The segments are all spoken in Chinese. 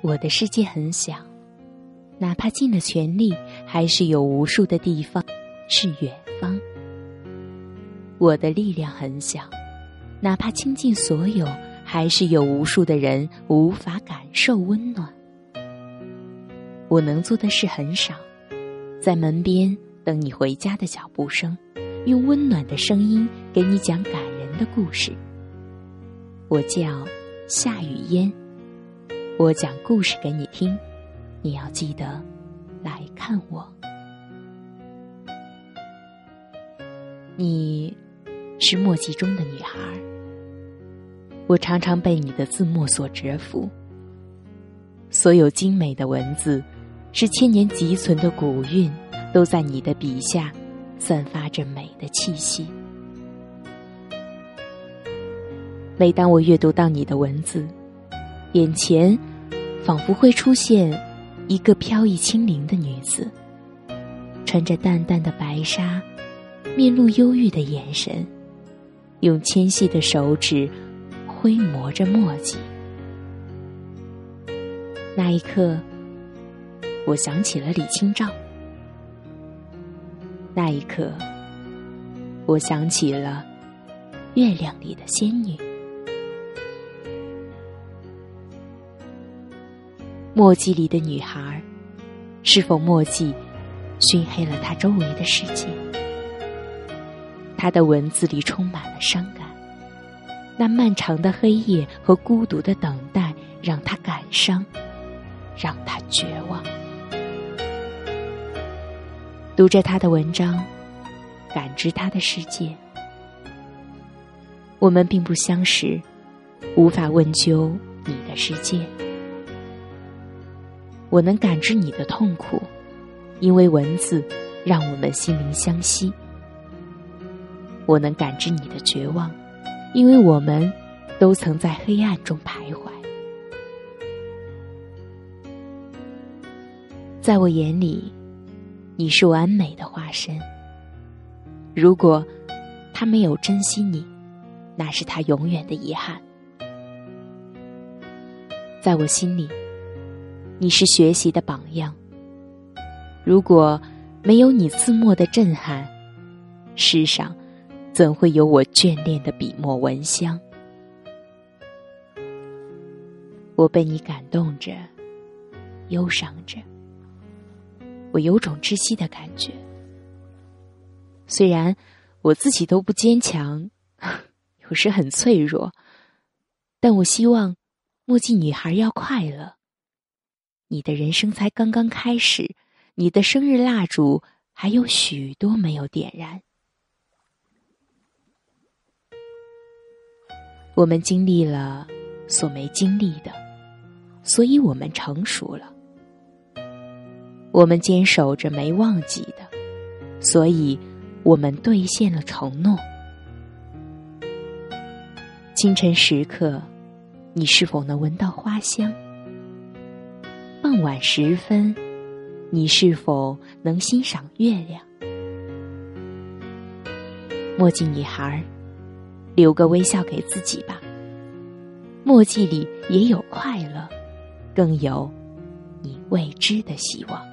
我的世界很小，哪怕尽了全力，还是有无数的地方是远方。我的力量很小，哪怕倾尽所有，还是有无数的人无法感受温暖。我能做的事很少，在门边等你回家的脚步声，用温暖的声音给你讲感人的故事。我叫夏雨嫣，我讲故事给你听，你要记得来看我。你是墨迹中的女孩，我常常被你的字墨所折服。所有精美的文字，是千年积存的古韵，都在你的笔下散发着美的气息。每当我阅读到你的文字，眼前仿佛会出现一个飘逸轻灵的女子，穿着淡淡的白纱，面露忧郁的眼神，用纤细的手指挥磨着墨迹。那一刻，我想起了李清照。那一刻，我想起了月亮里的仙女。墨迹里的女孩，是否墨迹熏黑了她周围的世界？她的文字里充满了伤感，那漫长的黑夜和孤独的等待，让她感伤，让她绝望。读着她的文章，感知她的世界。我们并不相识，无法问究你的世界。我能感知你的痛苦，因为文字让我们心灵相惜。我能感知你的绝望，因为我们都曾在黑暗中徘徊。在我眼里，你是完美的化身。如果他没有珍惜你，那是他永远的遗憾。在我心里，你是学习的榜样。如果没有你字墨的震撼，世上怎会有我眷恋的笔墨文香？我被你感动着，忧伤着，我有种窒息的感觉。虽然我自己都不坚强，有时很脆弱，但我希望墨迹女孩要快乐。你的人生才刚刚开始，你的生日蜡烛还有许多没有点燃。我们经历了所没经历的，所以我们成熟了。我们坚守着没忘记的，所以我们兑现了承诺。清晨时刻，你是否能闻到花香？傍晚时分，你是否能欣赏月亮？墨迹女孩，留个微笑给自己吧。墨迹里也有快乐，更有你未知的希望。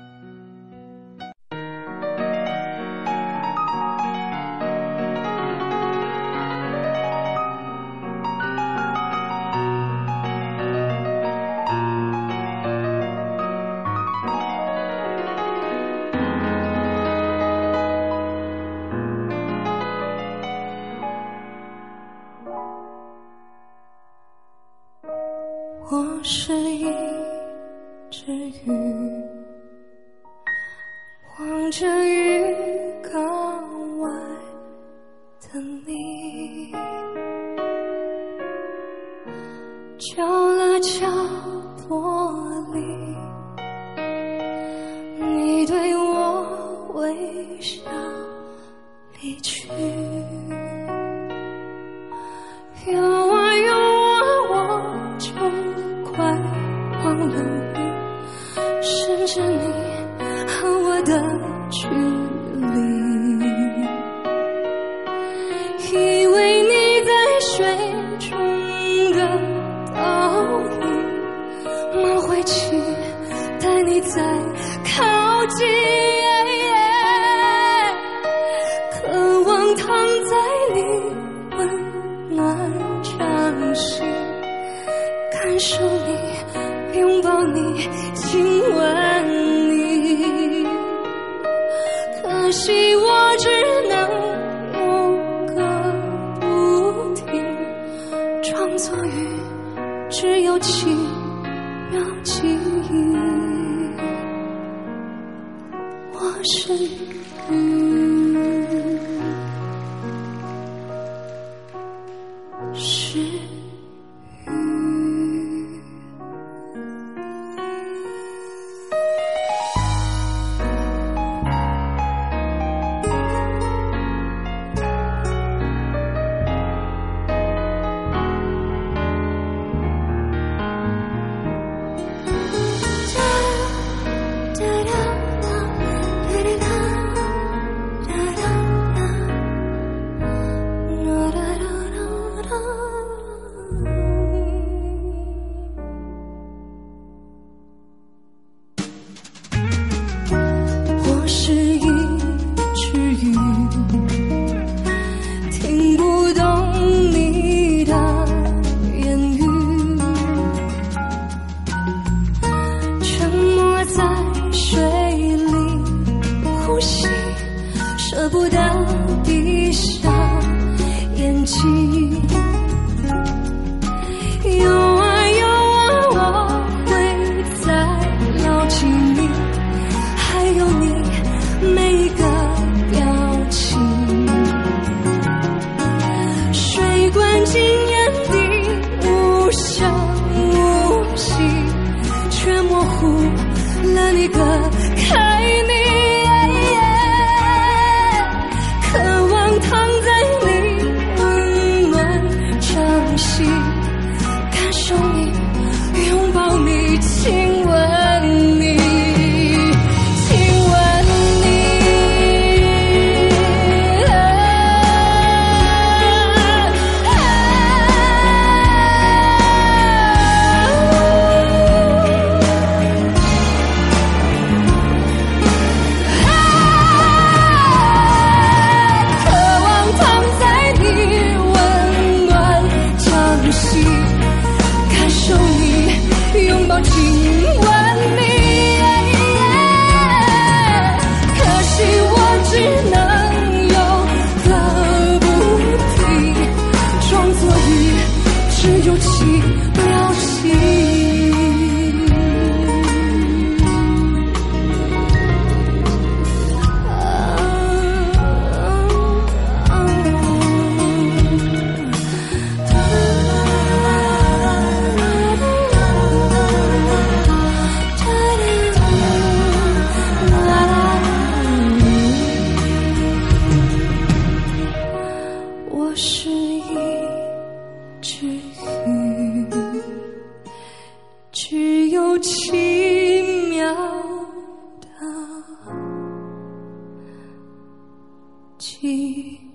我是一只鱼，望着鱼缸外的你，敲了敲玻璃，你对我微笑离去。有啊有啊，我就快忘了你，甚至你和我的距离，以为你在水中的倒影，梦会起记，渴望躺在你温暖掌心，感受你，拥抱你，亲吻你。可惜我只能有个不停，装作雨，只有奇妙记忆。我是雨，是雨。我是一只鱼，听不懂你的言语，沉默在水里呼吸，舍不得闭上眼睛。有啊有啊，我会再牢记你，还有你每一个表情。水灌进眼底，无声无息，却模糊了你的开你。渴望躺在你温暖掌心，感受你，拥抱你，亲吻你，亲吻你。渴望躺在你温暖掌心，感受你，拥抱亲吻你。可惜我只能有个不停，装作雨，只有奇妙记忆。我是一只鱼，只有奇妙的记忆。